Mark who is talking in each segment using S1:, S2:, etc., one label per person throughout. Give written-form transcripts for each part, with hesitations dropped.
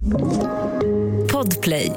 S1: Podplay.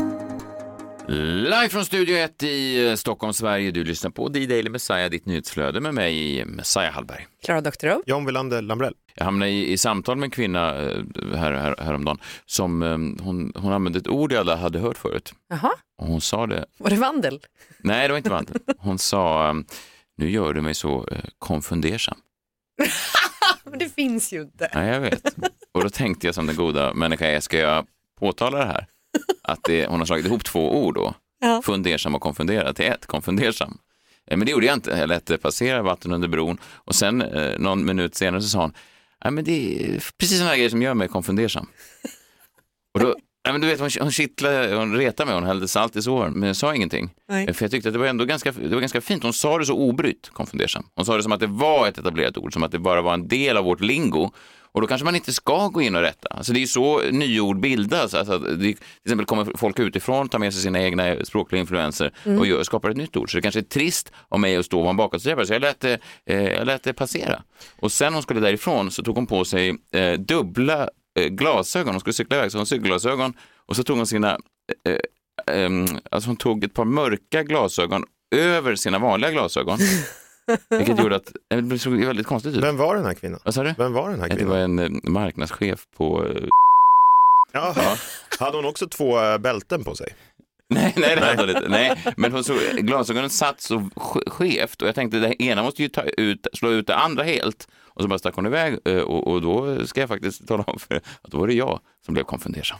S2: Live från Studio 1 i Stockholm, Sverige. Du lyssnar på D-Daily Messiah, ditt nyhetsflöde med mig, Messiah Hallberg.
S3: Klara Doktorov.
S4: John Wilander Lambrell.
S2: Jag hamnade i samtal med en kvinna häromdagen som hon använde ett ord jag hade hört förut.
S3: Jaha.
S2: Och hon sa det.
S3: Var det vandel?
S2: Nej, det var inte vandel. Hon sa, nu gör du mig så konfundersam.
S3: Men det finns ju inte.
S2: Nej, jag vet. Och då tänkte jag som den goda människa, ska jag påtala det här? Att hon har slagit ihop två ord då. Ja. Fundersam och konfundera till ett, konfundersam. Men det gjorde jag inte. Jag lät passera vatten under bron. Och sen någon minut senare så sa hon, nej men det är precis sådana grejer som gör mig konfundersam. Och då, nej men du vet, hon kittlade, hon retade mig, hon hällde salt i såren, men jag sa ingenting. Nej. För jag tyckte att det var ändå ganska fint. Hon sa det så obrytt, konfundersam. Hon sa det som att det var ett etablerat ord, som att det bara var en del av vårt lingo. Och då kanske man inte ska gå in och rätta. Alltså det är ju så nyord bildas. Alltså till exempel kommer folk utifrån, tar med sig sina egna språkliga influenser och skapar ett nytt ord. Så det kanske är trist om mig att stå och vara en bakåtsträvare. Så jag lät det passera. Och sen hon skulle därifrån så tog hon på sig dubbla glasögon. Hon skulle cykla iväg, så hon cykelglasögon. Och så tog hon sina... alltså hon tog ett par mörka glasögon över sina vanliga glasögon. Vilket gjorde att det såg väldigt konstigt ut.
S4: Vem var den här kvinnan?
S2: Vad sa du?
S4: Vem var den här kvinnan?
S2: Det var en marknadschef på...
S4: Jaha. Ja. Hade hon också 2 bälten på sig?
S2: Nej, det hade hon inte. Nej, men hon såg, glasögonen satt så skevt och jag tänkte det ena måste ju slå ut det andra helt. Och så bara stack hon iväg och då ska jag faktiskt tala om för att då var det jag som blev konfundersam.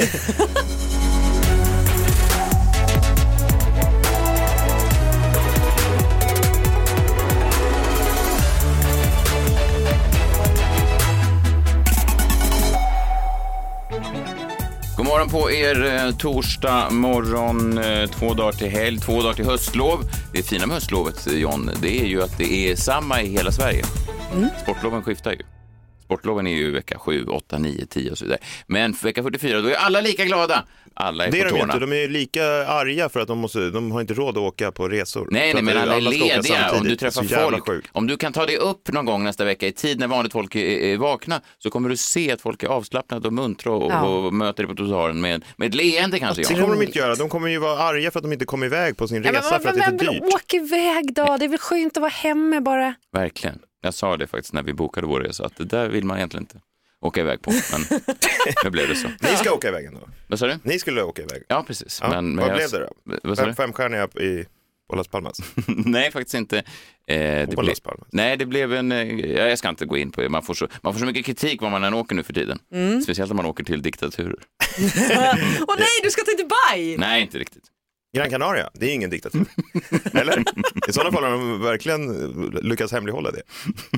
S2: God morgon på er, torsdag morgon, 2 dagar till helg, 2 dagar till höstlov. Det fina med höstlovet, John, det är ju att det är samma i hela Sverige. Sportloven skiftar ju. Sportloven är ju vecka 7, 8, 9, 10 och så vidare. Men för vecka 44 då är alla lika glada. Alla är
S4: det
S2: på tårna.
S4: De är lika arga för att de har inte råd att åka på resor.
S2: Nej, men alla är lediga. Om du träffar folk, om du kan ta det upp någon gång nästa vecka i tid när vanligt folk är vakna, så kommer du se att folk är avslappnade och muntra och möter dig på trottoaren med ett leende kanske.
S4: Det kommer de inte göra. De kommer ju vara arga för att de inte kommer iväg på sin resa för att det är för dyrt.
S3: Men åk iväg då. Det är väl skönt att vara hemma bara.
S2: Verkligen. Jag sa det faktiskt när vi bokade vår resa, att det där vill man egentligen inte åka iväg på, men nu blev det så.
S4: Ni ska åka iväg ändå?
S2: Vad sa du?
S4: Ni skulle åka iväg?
S2: Ja, precis.
S4: Ja. Men vad blev det då? 5-stjärniga på Las Palmas?
S2: Nej, faktiskt inte.
S4: Las Palmas?
S2: Nej, det blev jag ska inte gå in på det. Man får så mycket kritik var man än åker nu för tiden. Speciellt om man åker till diktaturer.
S3: Åh nej, du ska till Dubai!
S2: Nej, inte riktigt.
S4: Gran Canaria, det är ingen diktatur. Eller? I sådana fall har de verkligen lyckats hemlighålla det.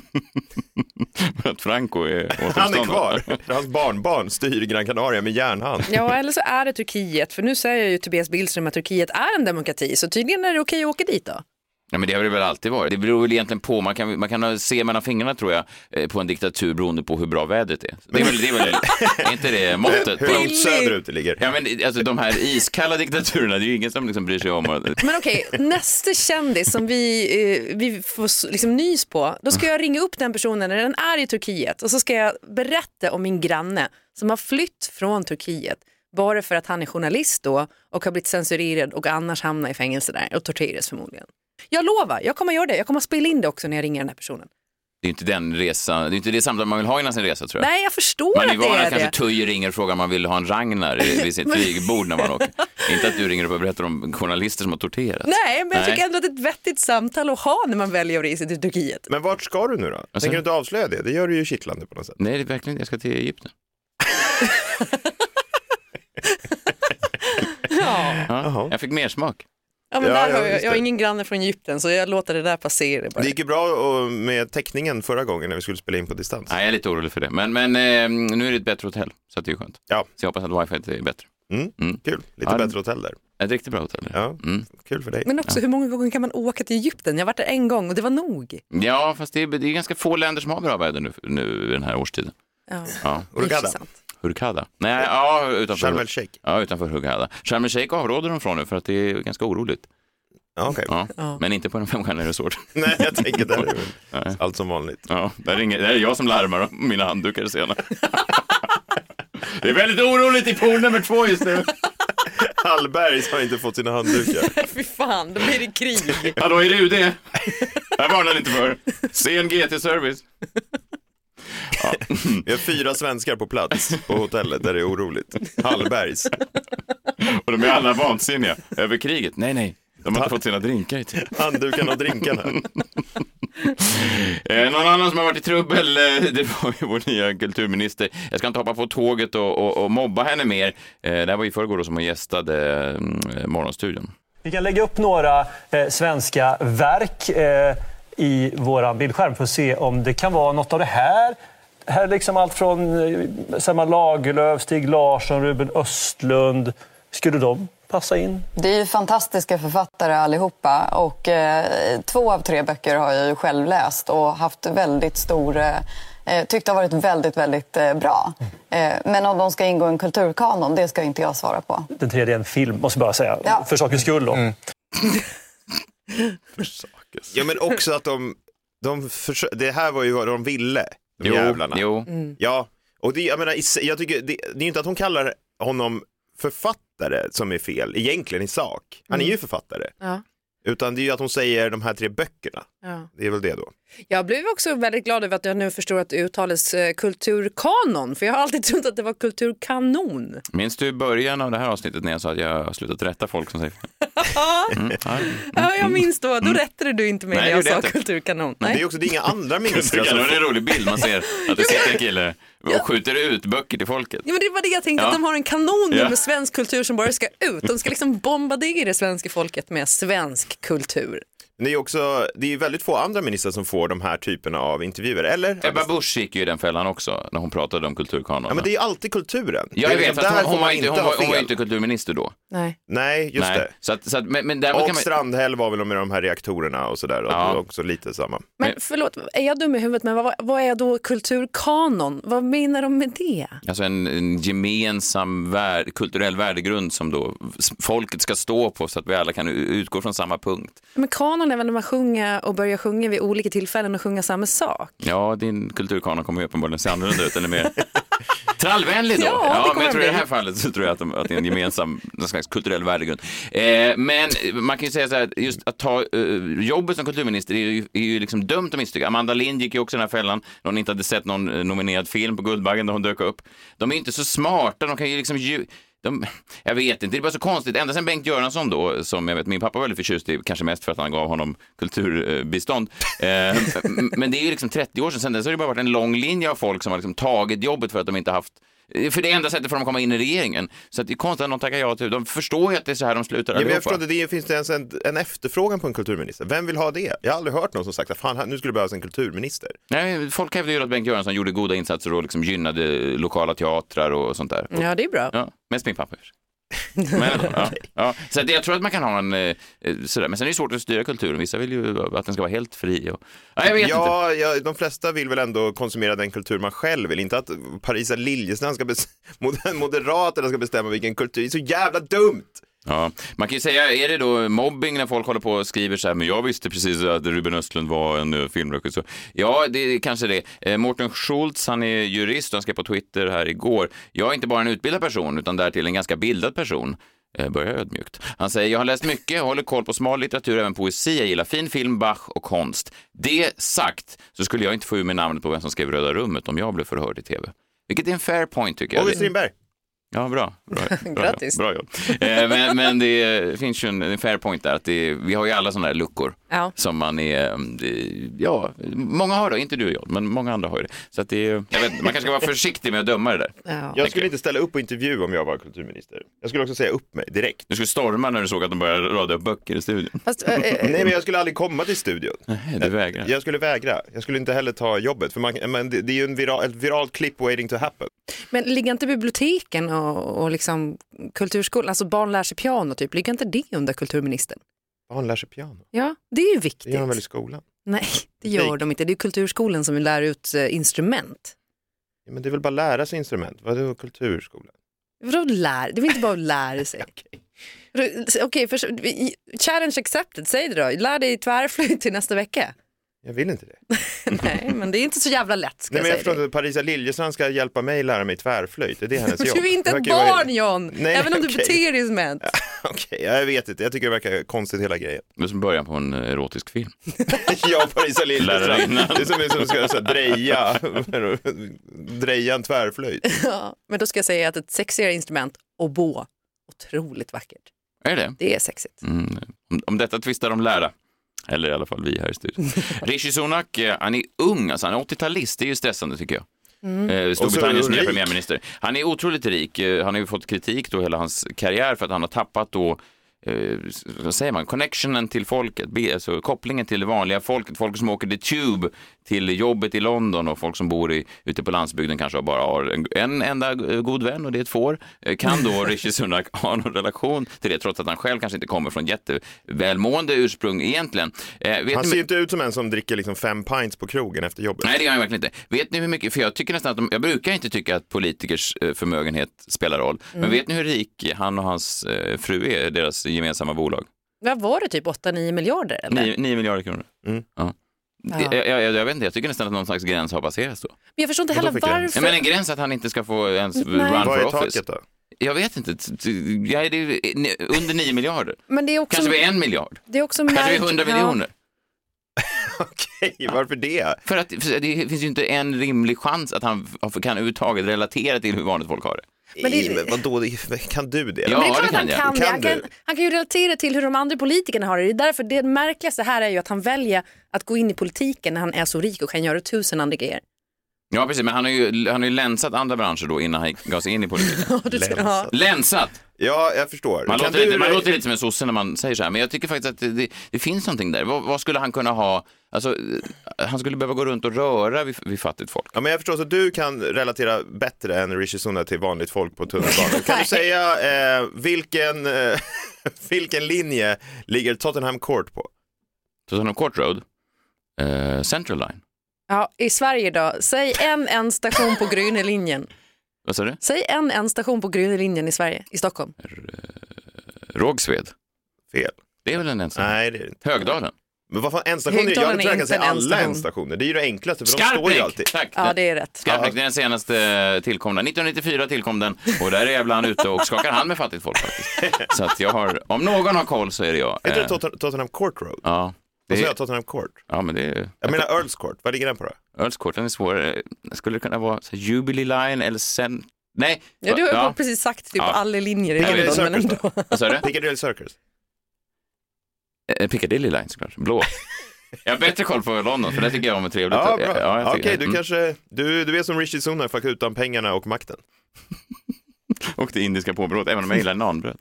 S2: Att Franco är
S4: han är kvar. Hans barnbarn styr Gran Canaria med järnhand.
S3: Ja, eller så är det Turkiet. För nu säger ju Tobias Billström att Turkiet är en demokrati. Så tydligen är det okej att åka dit då. Ja,
S2: men det har det väl alltid varit. Det beror väl egentligen på, man kan se mellan fingrarna tror jag på en diktatur beroende på hur bra vädret är. Det är väl inte det måttet.
S4: Hur långt söderut det ligger.
S2: Ja, men alltså de här iskalla diktaturerna, det är ju ingen som liksom bryr sig om.
S3: Men okej, nästa kändis som vi får liksom nys på, då ska jag ringa upp den personen när den är i Turkiet och så ska jag berätta om min granne som har flytt från Turkiet bara för att han är journalist då och har blivit censurerad och annars hamnar i fängelse där och torteras förmodligen. Jag lovar, jag kommer göra det. Jag kommer spela in det också när jag ringer den här personen.
S2: Det är inte den resan, det är inte det samtal man vill ha innan sin resa tror jag.
S3: Nej, jag förstår
S2: man
S3: att det är det. Man är
S2: kanske Töjer ringer och frågar om man vill ha en Ragnar vid sitt flygbord när man åker. Inte att du ringer och berättar om journalister som har torterat.
S3: Nej, men jag tycker ändå att det är ett vettigt samtal att ha när man väljer att resa till Turkiet.
S4: Men vart ska du nu då? Tänker du inte avslöja det? Det gör du ju kittlande på något sätt.
S2: Nej, det är verkligen jag ska till Egypten. Ja, jag fick mer smak.
S3: Ja, men där har jag har ingen granne från Egypten så jag låter det där passera bara.
S4: Det gick ju bra med täckningen förra gången när vi skulle spela in på distans.
S2: Nej, jag är lite orolig för det. Men nu är det ett bättre hotell så det är skönt.
S4: Ja.
S2: Så jag hoppas att wifi är bättre.
S4: Kul, lite bättre hotell där.
S2: Ett riktigt bra hotell.
S4: Ja, kul för dig.
S3: Men också hur många gånger kan man åka till Egypten? Jag har varit där en gång och det var nog.
S2: Ja, fast det är ganska få länder som har bra väder nu i den här årstiden.
S3: Ja.
S2: Hurghada. Nej, ja, utanför
S4: Sharm el-Sheikh.
S2: Ja, utanför Hurghada. Sharm el-Sheikh avråder de från nu för att det är ganska oroligt.
S4: Ja, okej.
S2: Ja, men inte på en 5-stjärnig resort.
S4: Nej, jag tänker där är allt som vanligt.
S2: Ja, där är jag som larmar om mina handdukar senare. Det är väldigt oroligt i pool nummer 2 just nu.
S4: Hallbergs har inte fått sina handdukar.
S3: Fy fan, då blir det krig.
S2: Hallå, är det UD? Jag varnar inte för. CNG-service. Ja.
S4: Vi har 4 svenskar på plats på hotellet där det är oroligt. Hallbergs.
S2: Och de är alla vansinniga över kriget. Nej. De har inte fått sina drinkar i tid.
S4: Handdukarna och drinkarna.
S2: Någon annan som har varit i trubbel, det var ju vår nya kulturminister. Jag ska inte hoppa på tåget och mobba henne mer. Det här var i förrgår som hon gästade Morgonstudion.
S1: Vi kan lägga upp några svenska verk i våran bildskärm för att se om det kan vara något av det här. Här är liksom allt från Selma Lagerlöf, Stig Larsson, Ruben Östlund. Skulle de passa in?
S5: Det är ju fantastiska författare allihopa och 2 av 3 böcker har jag ju själv läst och haft väldigt stor... tyckte har varit väldigt, väldigt bra. Men om de ska ingå i en kulturkanon, det ska inte jag svara på.
S1: Den tredje är en film, måste jag bara säga. Ja. För sakens skull då.
S4: För sakens. Ja, men också att det här var ju vad de ville. De jävlarna.
S2: Jo.
S4: Ja, och det, jag tycker det är inte att hon kallar honom författare som är fel, egentligen i sak. Han är ju författare.
S3: Ja.
S4: Utan det är ju att hon säger de här 3 böckerna.
S3: Ja.
S4: Det är väl det då.
S3: Jag blev också väldigt glad över att jag nu förstår att det uttales kulturkanon. För jag har alltid trott att det var kulturkanon.
S2: Minns du början av det här avsnittet när jag sa att jag har slutat rätta folk som säger
S3: Ja, jag minns då. Då rättade du inte mig när jag sa kulturkanon.
S4: Nej. Det är inga andra ministrar.
S2: Det är en rolig bild. Man ser att det sitter en kille och skjuter ut böcker till folket.
S3: Ja, men det var det jag tänkte, att de har en kanon med svensk kultur som bara ska ut. De ska liksom bombardera det svenska folket med svensk kultur.
S4: Det är väldigt få andra ministrar som får de här typerna av intervjuer, eller?
S2: Ebba Busch gick ju i den fällan också när hon pratade om kulturkanon.
S4: Ja, men det är ju alltid kulturen.
S2: Jag vet att hon var inte kulturminister då.
S3: Nej,
S4: just det.
S2: Så att, men där
S4: och
S2: kan
S4: Strandhäll var väl med de här reaktorerna och sådär. Ja. Och också lite samma.
S3: Men förlåt, är jag dum i huvudet, men vad är då kulturkanon? Vad menar de med det?
S2: Alltså en gemensam kulturell värdegrund som då folket ska stå på så att vi alla kan utgå från samma punkt. Men
S3: kanon är väl när man sjunger och börjar sjunga vid olika tillfällen och sjunga samma sak?
S2: Ja, din kulturkanon kommer ju uppenbarligen se annorlunda ut, eller mer trallvänlig då.
S3: Ja,
S2: men jag tror i det här fallet så tror jag att det är en gemensam någon slags kulturell värdegrund. Men man kan ju säga så här, just att ta jobbet som kulturminister är ju liksom dömt att misslyckas. Amanda Lind gick ju också i den här fällan när hon inte hade sett någon nominerad film på Guldbaggen där hon dök upp. De är inte så smarta, de kan ju liksom jag vet inte, det är bara så konstigt. Ända sedan Bengt Göransson då, som jag vet min pappa var väldigt förtjust i, kanske mest för att han gav honom kulturbistånd. Men det är ju liksom 30 år sedan dess har det bara varit en lång linje av folk som har liksom tagit jobbet för att de inte haft, för det enda sättet för dem att komma in i regeringen. Så att det är konstigt att de tackar ja till. De förstår ju att det är så här de slutar allihopa.
S4: Jag förstår det finns det ens en efterfrågan på en kulturminister. Vem vill ha det? Jag har aldrig hört någon som sagt att fan, nu skulle det behövas en kulturminister.
S2: Nej, folk hävdade ju att Bengt Göransson gjorde goda insatser och liksom gynnade lokala teatrar och sånt där.
S3: Ja, det är bra.
S2: Ja, mest min pappa. Men, ja. Så jag tror att man kan ha en sådär. Men sen är det svårt att styra kulturen. Vissa vill ju att den ska vara helt fri jag vet inte.
S4: De flesta vill väl ändå konsumera den kultur man själv vill. Inte att Parisa Liljestrand Moderaterna ska bestämma vilken kultur. Det är så jävla dumt.
S2: Ja, man kan ju säga, är det då mobbing när folk håller på och skriver så här, men jag visste precis att Ruben Östlund var en filmregissör. Ja, det är kanske det. Mårten Schultz, han är jurist och han skrev på Twitter här igår. Jag är inte bara en utbildad person utan därtill en ganska bildad person. Börjar ödmjukt. Han säger, jag har läst mycket, jag håller koll på smal litteratur, även poesi, jag gillar fin film, Bach och konst. Det sagt så skulle jag inte få ur med namnet på vem som skrev Röda rummet om jag blev förhörd i tv. Vilket är en fair point tycker jag.
S4: Ove Strindberg.
S2: Ja, bra
S3: Grattis.
S2: Bra jobb. Men det finns ju en fair point där att vi har ju alla sådana här luckor som man är, många har det, inte du och jag, men många andra har ju det. Så att man kanske ska vara försiktig med att döma det där.
S4: Ja. Jag skulle inte ställa upp på intervju om jag var kulturminister. Jag skulle också säga upp mig direkt.
S2: Du skulle storma när du såg att de började rada upp böcker i studion.
S4: Nej, men jag skulle aldrig komma till studion.
S2: Nej, du vägrar.
S4: Jag skulle vägra. Jag skulle inte heller ta jobbet. För det är ju ett viralt klipp waiting to happen.
S3: Men ligger inte biblioteken och liksom kulturskolan, alltså barn lär sig piano typ, ligger inte det under kulturministern?
S4: Barn lär sig piano?
S3: Ja, det är ju viktigt.
S4: Det gör de väl i skolan?
S3: Nej, det gör de inte. Det är kulturskolan som vill lära ut instrument.
S4: Ja, men det är väl bara lära sig instrument? Vad är det kulturskolan?
S3: Vadå lär? Det är inte bara att lära sig. Okej, challenge accepted, säg det då. Lär dig tvärflöjt till nästa vecka.
S4: Jag vill inte det.
S3: Nej, men det är inte så jävla lätt.
S4: Nej, men jag förstår inte, Parisa Liljestrand ska hjälpa mig lära mig tvärflöjt. Det är hennes jobb.
S3: Du är inte ett barn, John.
S4: Nej,
S3: även om du beter dig som ett.
S4: Okej, jag vet inte. Jag tycker det verkar konstigt hela grejen.
S2: Det är som början på en erotisk film.
S4: Ja, Parisa Liljestrand. Det är som ska dreja en tvärflöjt.
S3: Ja, men då ska jag säga att ett sexigare instrument, oboe, otroligt vackert.
S2: Är det?
S3: Det är sexigt.
S2: Om detta tvistar de lärda. Eller i alla fall vi här i studion. Rishi Sunak, han är ung, alltså han är 80-talist, det är ju stressande tycker jag. Storbritanniens nya premiärminister. Han är otroligt rik, han har ju fått kritik då hela hans karriär för att han har tappat då vad säger man, connectionen till folket, alltså kopplingen till det vanliga folket, folk som åker till Tube till jobbet i London och folk som bor ute på landsbygden kanske bara har en enda god vän och det är ett får. Kan då Rishi Sunak ha någon relation till det trots att han själv kanske inte kommer från jättevälmående ursprung egentligen?
S4: Han ser inte ut som en som dricker liksom 5 pints på krogen efter jobbet.
S2: Nej, det gör han verkligen inte. Vet ni hur mycket, för jag tycker nästan att jag brukar inte tycka att politikers förmögenhet spelar roll. Men vet ni hur rik han och hans fru är, deras gemensamma bolag?
S3: Vad var det, typ 8-9 miljarder? Eller?
S2: 9 miljarder kronor. Ja. Jag vet inte, jag tycker nästan att någon slags gräns har passerats då. Men
S3: jag förstår inte heller varför.
S2: Men en gräns att han inte ska få ens run
S4: Vad
S2: for
S4: är
S2: office.
S4: taket då?
S2: Jag vet inte, det är under 9 miljarder.
S3: Men det är också,
S2: kanske vid 1 miljard.
S3: Det är också
S2: kanske vid 100 miljoner.
S4: Okej, varför det?
S2: För att det finns ju inte en rimlig chans att han kan överhuvudtaget relatera till hur vanligt folk har det.
S4: Men vadå, kan du det?
S2: Ja,
S3: men det är klart
S2: han kan.
S3: Han kan ju relatera till hur de andra politikerna har det. Det är därför det märkligaste här är ju att han väljer att gå in i politiken när han är så rik och kan göra 1000 andra grejer.
S2: Ja, precis, men han har ju länsat andra branscher då innan han gav sig in i politiken. Länsat!
S4: Ja, jag förstår.
S2: Man låter lite som en sosse när man säger så här, men jag tycker faktiskt att det finns någonting där. Vad skulle han kunna ha? Alltså, han skulle behöva gå runt och röra vid fattigt folk.
S4: Ja, men jag förstår så du kan relatera bättre än Rishi Sunak till vanligt folk på tunnelbanan. Kan du säga vilken linje ligger Tottenham Court på?
S2: Tottenham Court Road? Central Line.
S3: Ja, i Sverige då. Säg en station på gröna linjen.
S2: Vad sa du?
S3: Säg en station på gröna linjen i Sverige, i Stockholm.
S4: Fel.
S2: Rågsved. Det är väl en enstation?
S4: Nej, det är det inte.
S2: Högdalen.
S4: Men vad fan, enstationer? Jag tror jag kan säga alla enstationer. Det är ju det enklaste, för de står ju alltid.
S2: Tack.
S3: Ja, det är rätt.
S2: Skarpnäck, det är den senaste tillkomna. 1994 tillkom den och där är jag ibland ute och skakar hand med fattigt folk faktiskt. Så att jag har, om någon har koll så är det jag.
S4: Heter det Tottenham Court Road?
S2: Ja.
S4: Vad säger jag, Tottenham Court?
S2: Ja, men det är...
S4: Jag menar Earls Court, vad ligger den på då?
S2: Earls Court, den är svår. Skulle det kunna vara så Jubilee Line eller sen... Nej.
S3: Ja, du har precis sagt typ alla linjer i
S4: London, men
S3: ändå.
S2: Vad sa du?
S4: Piccadilly Circus.
S2: Piccadilly Line såklart, blå. Jag har bättre koll på London, för det tycker jag om är trevligt.
S4: Ja, bra. Ja, okej, du kanske... Du är som Rishi Sunak, fuck utan pengarna och makten.
S2: Och det indiska påbrott, även om jag gillar nanbröd.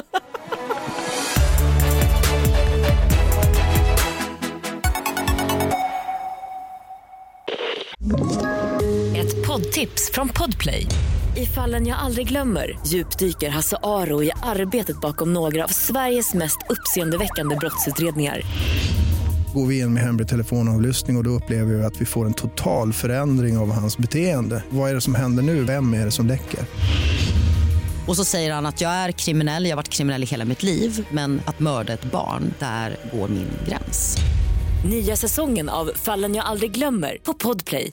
S6: Ett poddtips från Podplay. I Fallen jag aldrig glömmer djupdyker Hasse Aro i arbetet bakom några av Sveriges mest uppseendeväckande brottsutredningar.
S7: Går vi in med hemlig telefonavlyssning och då upplever vi att vi får en total förändring av hans beteende. Vad är det som händer nu? Vem är det som läcker?
S8: Och så säger han att jag är kriminell, jag har varit kriminell i hela mitt liv. Men att mörda ett barn, där går min gräns.
S6: Nya säsongen av Fallen jag aldrig glömmer på Podplay.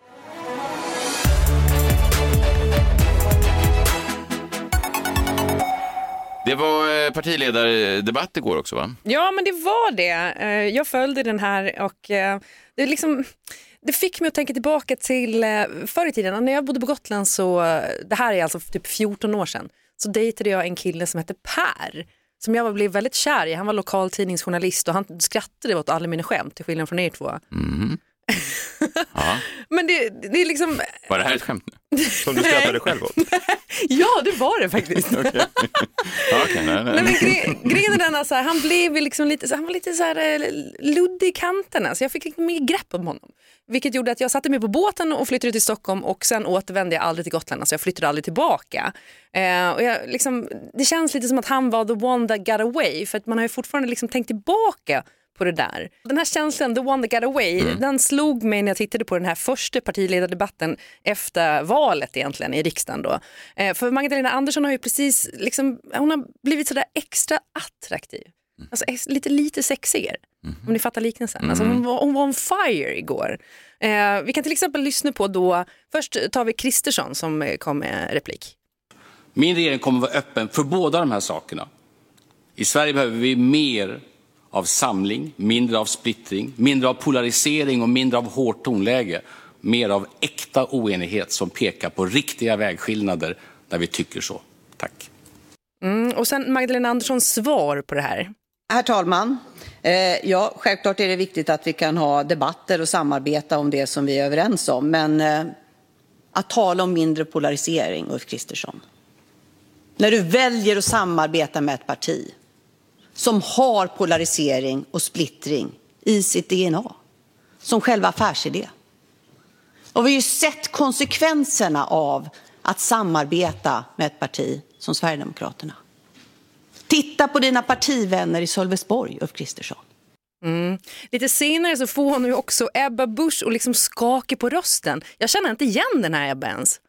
S2: Det var partiledardebatt igår också, va?
S3: Ja, men det var det. Jag följde den här och det liksom... Det fick mig att tänka tillbaka till förr i tiden. När jag bodde på Gotland så, det här är alltså typ 14 år sedan, så dejtade jag en kille som hette Per. Som jag blev väldigt kär i. Han var lokaltidningsjournalist och han skrattade åt alla mina skämt till skillnad från er två.
S2: Mm. Ja.
S3: Men det är liksom...
S2: Var det här ett skämt nu?
S4: Som du skrattade själv åt?
S3: Ja, det var det faktiskt.
S2: Okay. Nej, men
S3: grejen är den att han blev liksom lite, han var lite så här luddig i kanterna, så jag fick lite mer grepp om honom. Vilket gjorde att jag satte mig på båten och flyttade till Stockholm och sen återvände jag aldrig till Gotland, så jag flyttade aldrig tillbaka. Och jag, liksom, det känns lite som att han var the one that got away, för att man har ju fortfarande liksom tänkt tillbaka på det där. Den här känslan, the one that got away, den slog mig när jag tittade på den här första partiledardebatten efter valet egentligen i riksdagen då. För Magdalena Andersson har ju precis liksom, hon har blivit sådär extra attraktiv. Alltså lite sexigare. Om ni fattar liknelsen. Alltså, hon var on fire igår. Vi kan till exempel lyssna på då. Först tar vi Kristersson som kom med replik.
S9: Min regering kommer vara öppen för båda de här sakerna. I Sverige behöver vi mer av samling, mindre av splittring, mindre av polarisering och mindre av hårt tonläge. Mer av äkta oenighet som pekar på riktiga vägskillnader där vi tycker så. Tack.
S3: Och sen Magdalena Anderssons svar på det här.
S10: Herr talman, ja, självklart är det viktigt att vi kan ha debatter och samarbeta om det som vi är överens om. Men att tala om mindre polarisering, Ulf Kristersson. När du väljer att samarbeta med ett parti som har polarisering och splittring i sitt DNA, som själva affärsidé. Och vi har ju sett konsekvenserna av att samarbeta med ett parti som Sverigedemokraterna. Titta på dina partivänner i Sölvesborg, Ulf Kristersson.
S3: Lite senare så får hon ju också Ebba Busch och liksom skaka på rösten. Jag känner inte igen den här Ebba ens.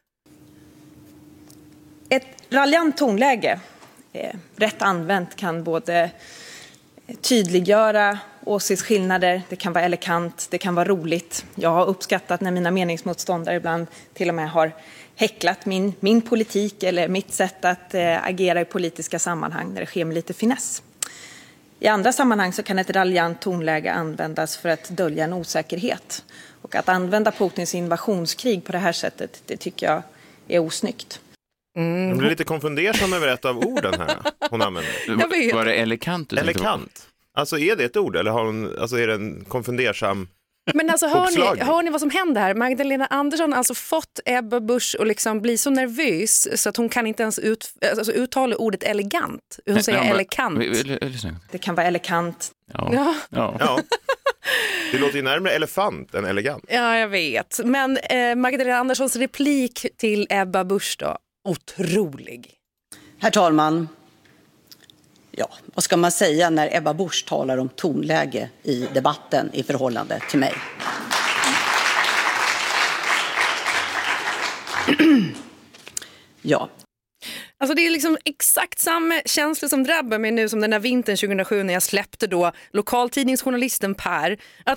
S11: Ett raljant tonläge, rätt använt, kan både tydliggöra åsiktsskillnader, det kan vara elegant, det kan vara roligt. Jag har uppskattat när mina meningsmotståndare ibland till och med har häcklat min politik eller mitt sätt att agera i politiska sammanhang när det sker med lite finess. I andra sammanhang så kan ett raljant tonläge användas för att dölja en osäkerhet. Och att använda Putins invasionskrig på det här sättet, det tycker jag är osnyggt.
S4: Jag blir lite konfundersam över ett av orden här hon använder.
S2: Var det elegant?
S4: Elegant? Alltså är det ett ord eller har hon, alltså är det en konfundersam?
S3: Men alltså hör ni vad som händer här? Magdalena Andersson har alltså fått Ebba Busch att liksom bli så nervös så att hon kan inte ens uttala ordet elegant. Hon säger elegant.
S11: Det kan vara elegant.
S4: Ja. Det låter ju närmare elefant än elegant.
S3: Ja, jag vet. Men Magdalena Anderssons replik till Ebba Busch då, otrolig.
S10: Herr talman, ja, vad ska man säga när Ebba Busch talar om tonläge i debatten i förhållande till mig? Ja.
S3: Alltså det är liksom exakt samma känsla som drabbar mig nu som den här vintern 2007 när jag släppte då lokaltidningsjournalisten Per.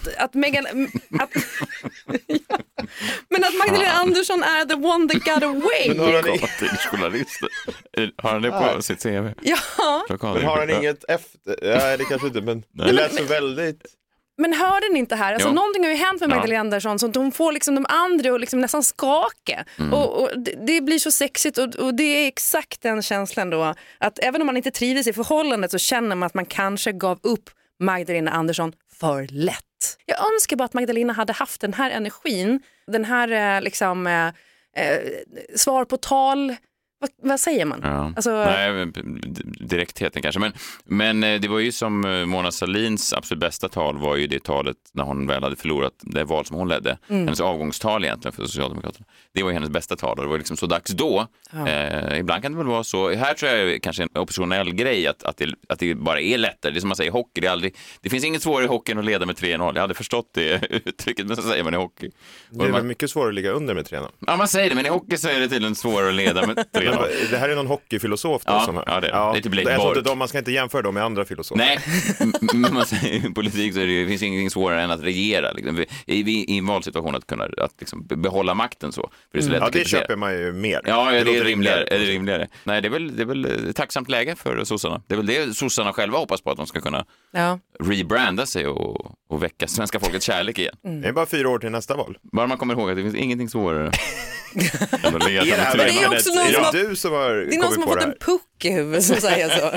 S3: Men att Magdalena Andersson är the one that got away.
S2: Lokaltidningsjournalisten. Har han det på sitt CV?
S3: Ja.
S4: Men har han inget efter? Ja, det kanske inte, men det lät så väldigt...
S3: Men hörde ni inte här? Alltså, någonting har ju hänt med Magdalena Andersson så att hon får liksom de andra och liksom nästan skaka. Och det blir så sexigt och det är exakt den känslan då. Att även om man inte trivdes i förhållandet så känner man att man kanske gav upp Magdalena Andersson för lätt. Jag önskar bara att Magdalena hade haft den här energin. Den här liksom svar på tal... Vad säger man?
S2: Ja.
S3: Alltså...
S2: Nej, direktheten kanske. Men det var ju som Mona Sahlins absolut bästa tal var ju det talet när hon väl hade förlorat det val som hon ledde. Hennes avgångstal egentligen för Socialdemokraterna. Det var ju hennes bästa tal och det var liksom så dags då. Ja. Ibland kan det väl vara så. Här tror jag kanske en oppositionell grej att det bara är lättare. Det är som man säger, hockey. Det finns inget svårare i hockeyn att leda med 3-0. Jag hade förstått det uttrycket, men så säger man i hockey.
S4: Det är väl mycket svårare att ligga under med 3-0.
S2: Ja, man säger det, men i hockey så är det tydligen svårare att leda med 3-0.
S4: Det här är någon hockeyfilosof då, som
S2: det är typ Blake Bork.
S4: Man ska inte jämföra dem med andra filosofer.
S2: Nej, men man säger, i politik så det finns ingenting svårare än att regera liksom. I en valsituation att kunna liksom behålla makten så. För det är så lätt
S4: det köper man ju mer.
S2: Ja, det är rimligare. Nej, det är väl ett tacksamt läge för sossarna. Det är väl det sossarna själva hoppas på, att de ska kunna rebranda sig och väcka svenska folkets kärlek igen.
S4: Det är bara 4 år till nästa val.
S2: Bara man kommer ihåg att det finns ingenting svårare.
S3: Det är också någon som har fått en puck i huvudet som säger så.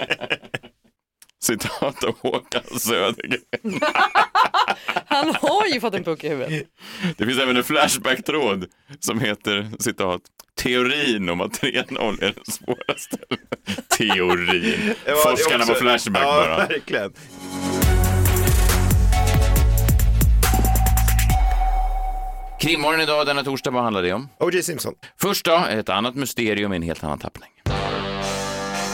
S2: Citat av Håkan Södergren.
S3: Han har ju fått en puck i huvudet.
S2: Det finns även en flashback-tråd som heter, citat, teorin om att 3-0 är den svåraste. Teorin. Forskarna på Flashback bara.
S4: Ja, verkligen.
S2: Krimmorgon idag, denna torsdag, vad handlar det om?
S4: O.J. Simpson.
S2: Först då, ett annat mysterium i en helt annan tappning.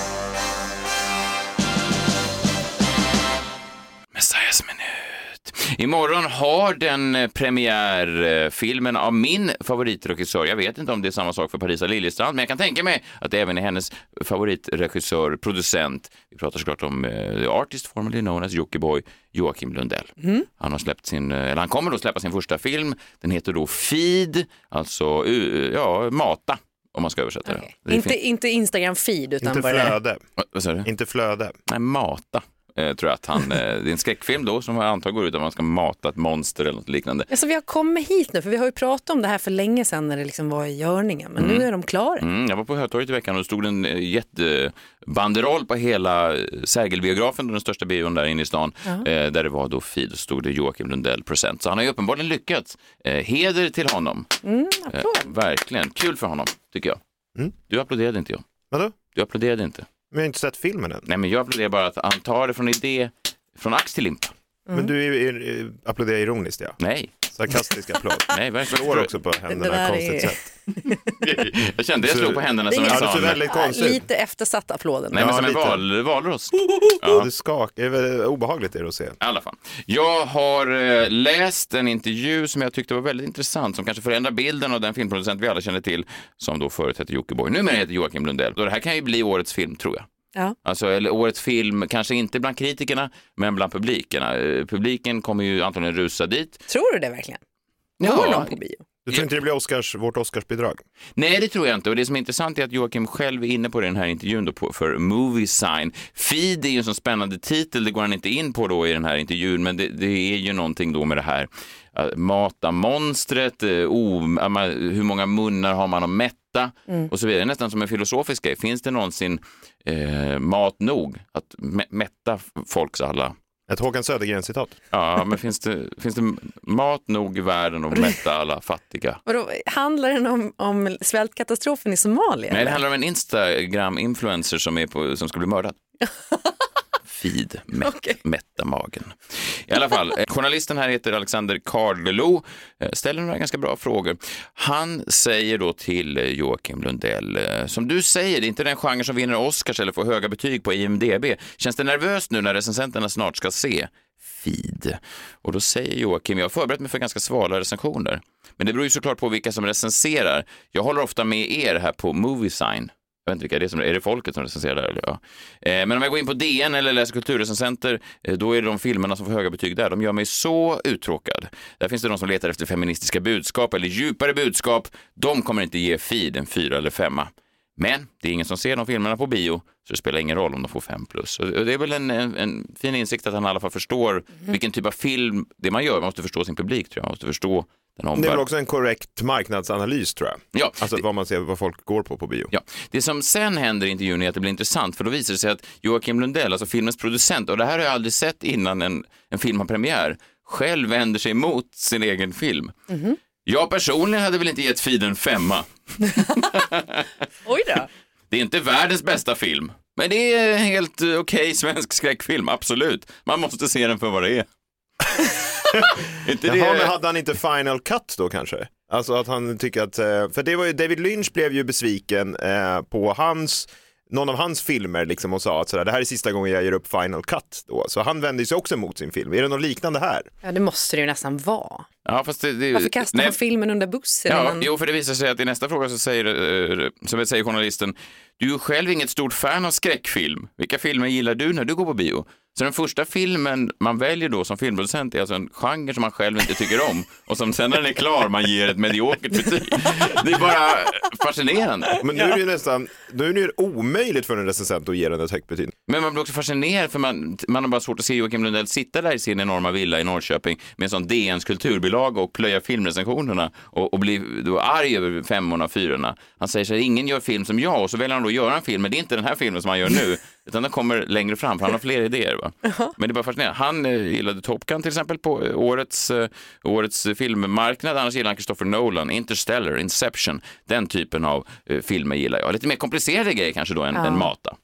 S2: Messiahs minut. Imorgon har den premiärfilmen av min favoritregissör. Jag vet inte om det är samma sak för Parisa Liljestrand, men jag kan tänka mig att det även är hennes favoritregissör, producent. Vi pratar såklart om the artist formerly known as Jockiboi, Joakim Lundell. Han har släppt han kommer då släppa sin första film. Den heter då Feed, alltså mata. Om man ska översätta det.
S3: Inte Instagram-feed utan
S4: inte
S3: bara...
S4: flöde.
S2: Vad sa du?
S4: Inte flöde.
S2: Nej, mata. Tror jag att det är en skräckfilm då som antagligen går ut att man ska mata ett monster eller något liknande.
S3: Alltså vi har kommit hit nu, för vi har ju pratat om det här för länge sedan när det liksom var i görningen, men nu är de klara.
S2: Jag var på Hötorget i veckan och det stod en jättebanderoll på hela Sergelbiografen, den största bion där inne i stan, där det var då Feed och stod det Joakim Lundell present. Så han har ju uppenbarligen lyckats. Heder till honom. Verkligen. Kul för honom, tycker jag. Du applåderade inte, jag.
S4: Vadå?
S2: Du applåderade inte.
S4: Men jag har inte sett filmen än.
S2: Nej, men jag applåderar bara att han tar det från idé, från ax till limpa.
S4: Men du applåderar ironiskt, ja.
S2: Nej.
S4: Sarkastisk applåd.
S2: Nej, verkligen.
S4: Slår också på händerna konstigt sätt.
S2: Jag kände jag slog på händerna som en sån.
S4: väldigt konstigt.
S3: Lite eftersatt applåden.
S2: Nej, men som en valrost.
S4: Ja. Det skakar. Det är obehagligt det att se. I
S2: alla fall. Jag har läst en intervju som jag tyckte var väldigt intressant, som kanske förändrar bilden av den filmproducent vi alla känner till, som då förut hette Jockiboi. Numera heter Joakim Lundell. Och det här kan ju bli årets film, tror jag.
S3: Ja.
S2: Alltså, eller årets film, kanske inte bland kritikerna, men bland publikerna. Publiken kommer ju antagligen rusa dit.
S3: Tror du det verkligen?
S2: Ja.
S3: Någon på bio?
S4: Du tror inte det blir vårt Oscarsbidrag?
S2: Nej, det tror jag inte. Och det som är intressant är att Joakim själv är inne på den här intervjun då för Movie Sign. Feed är ju en sån spännande titel, det går han inte in på då i den här intervjun, men det är ju någonting då med det här mata monstret, hur många munnar har man att mätta och så vidare. Nästan som en filosofisk grej. Finns det någonsin mat nog att mätta folks alla?
S4: Ett Håkan Södergren-citat.
S2: Ja, men finns det mat nog i världen att mätta alla fattiga?
S3: Vadå, handlar den om svältkatastrofen i Somalia?
S2: Nej, det handlar om en Instagram-influencer som ska bli mördad. Feed, mätta magen. I alla fall, journalisten här heter Alexander Karlelo, ställer några ganska bra frågor. Han säger då till Joakim Lundell, som du säger, det är inte den genre som vinner Oscars eller får höga betyg på IMDb. Känns det nervöst nu när recensenterna snart ska se Feed? Och då säger Joakim, jag har förberett mig för ganska svala recensioner. Men det beror ju såklart på vilka som recenserar. Jag håller ofta med er här på Movie Sign. Jag vet inte vilka det är det folket som recenserar där? Eller? Ja. Men om jag går in på DN eller läser kulturrecensenter, då är det de filmerna som får höga betyg där. De gör mig så uttråkad. Där finns det de som letar efter feministiska budskap eller djupare budskap. De kommer inte ge Feed en 4 eller 5. Men det är ingen som ser de filmerna på bio, så det spelar ingen roll om de får 5+. Och det är väl en fin insikt att han i alla fall förstår vilken typ av film det man gör. Man måste förstå sin publik, tror jag. Man måste förstå den omvärld.
S4: Det är väl också en korrekt marknadsanalys, tror jag.
S2: Ja,
S4: alltså vad man ser, vad folk går på bio.
S2: Ja. Det som sen händer i intervjun är att det blir intressant, för då visar det sig att Joakim Lundell, alltså filmens producent, och det här har jag aldrig sett innan en film har premiär, själv vänder sig mot sin egen film. Jag personligen hade väl inte gett Feed en 5.
S3: Oj då.
S2: Det är inte världens bästa film, men det är helt okej svensk skräckfilm, absolut. Man måste se den för vad det är.
S4: Men hade han inte final cut då kanske? Alltså att han tycker att, för det var ju, David Lynch blev ju besviken på någon av hans filmer liksom, och sa att sådär, det här är sista gången jag gör upp final cut då. Så han vände sig också mot sin film. Är det något liknande här?
S3: Ja, det måste det ju nästan vara.
S2: Ja, fast
S3: varför kastar man filmen under bussen?
S2: Ja, jo, för det visar sig att i nästa fråga så säger journalisten, du är själv inget stort fan av skräckfilm. Vilka filmer gillar du när du går på bio? Så den första filmen man väljer då som filmproducent är alltså en genre som man själv inte tycker om, och som sen när den är klar man ger ett mediokert betyg. Det är bara fascinerande.
S4: Men nu är det ju omöjligt för en recensent att ge den ett högt betyg.
S2: Men man blir också fascinerad, för man har bara svårt att se Joakim Lundell sitta där i sin enorma villa i Norrköping med en sån DNs kulturbilaga och plöja filmrecensionerna och bli då arg över 5 och 4. Han säger så här, ingen gör film som jag, och så väljer han då att göra en film, men det är inte den här filmen som han gör nu, utan den kommer längre fram, för han har fler idéer. Va? Men det är bara fascinerande. Han gillade Top Gun till exempel på årets filmmarknad. Annars gillar han Christopher Nolan, Interstellar, Inception. Den typen av filmer gillar jag. Lite mer komplicerade grejer kanske då än Mata.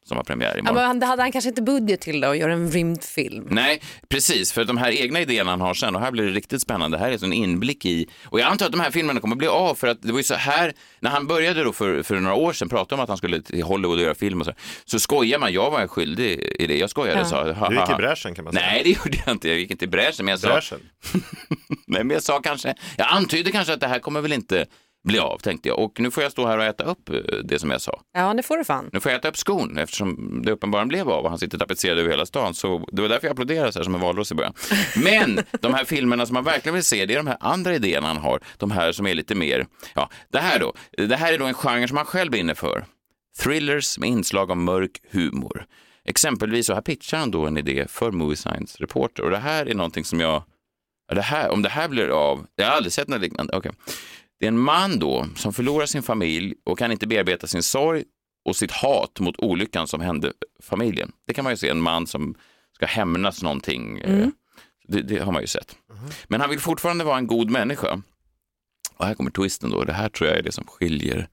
S2: som har premiär imorgon.
S3: Ja, men hade han kanske inte budget till det och göra en rymdfilm?
S2: Nej, precis. För de här egna idéerna han har sen, och här blir det riktigt spännande. Det här är en inblick i, och jag antar att de här filmerna kommer bli av, för att det var ju så här, när han började då för några år sedan prata om att han skulle till Hollywood och göra film och så skojar man, jag var skyldig i det. Jag skojade och sa,
S4: du gick i bräschen kan man säga.
S2: Nej, det gjorde jag inte. Jag gick inte i bräschen, men jag sa... Nej, men jag sa kanske, jag antydde kanske att det här kommer väl inte bli av, tänkte jag. Och nu får jag stå här och äta upp det som jag sa.
S3: Ja, det får du fan.
S2: Nu får jag äta upp skon, eftersom det uppenbarligen blev av och han sitter tapetserad över hela stan. Så det var därför jag applåderade så här som en valros i början. Men de här filmerna som man verkligen vill se, det är de här andra idéerna han har. De här som är lite mer, ja, det här är då en genre som han själv är inne för. Thrillers med inslag av mörk humor. Exempelvis så här pitchar han då en idé för Movie Science Reporter. Och det här är någonting som om det här blir av, jag har aldrig sett något liknande, okej. Det är en man då som förlorar sin familj och kan inte bearbeta sin sorg och sitt hat mot olyckan som hände familjen. Det kan man ju se, en man som ska hämnas någonting. Det har man ju sett. Men han vill fortfarande vara en god människa. Och här kommer twisten då. Det här tror jag är det som skiljer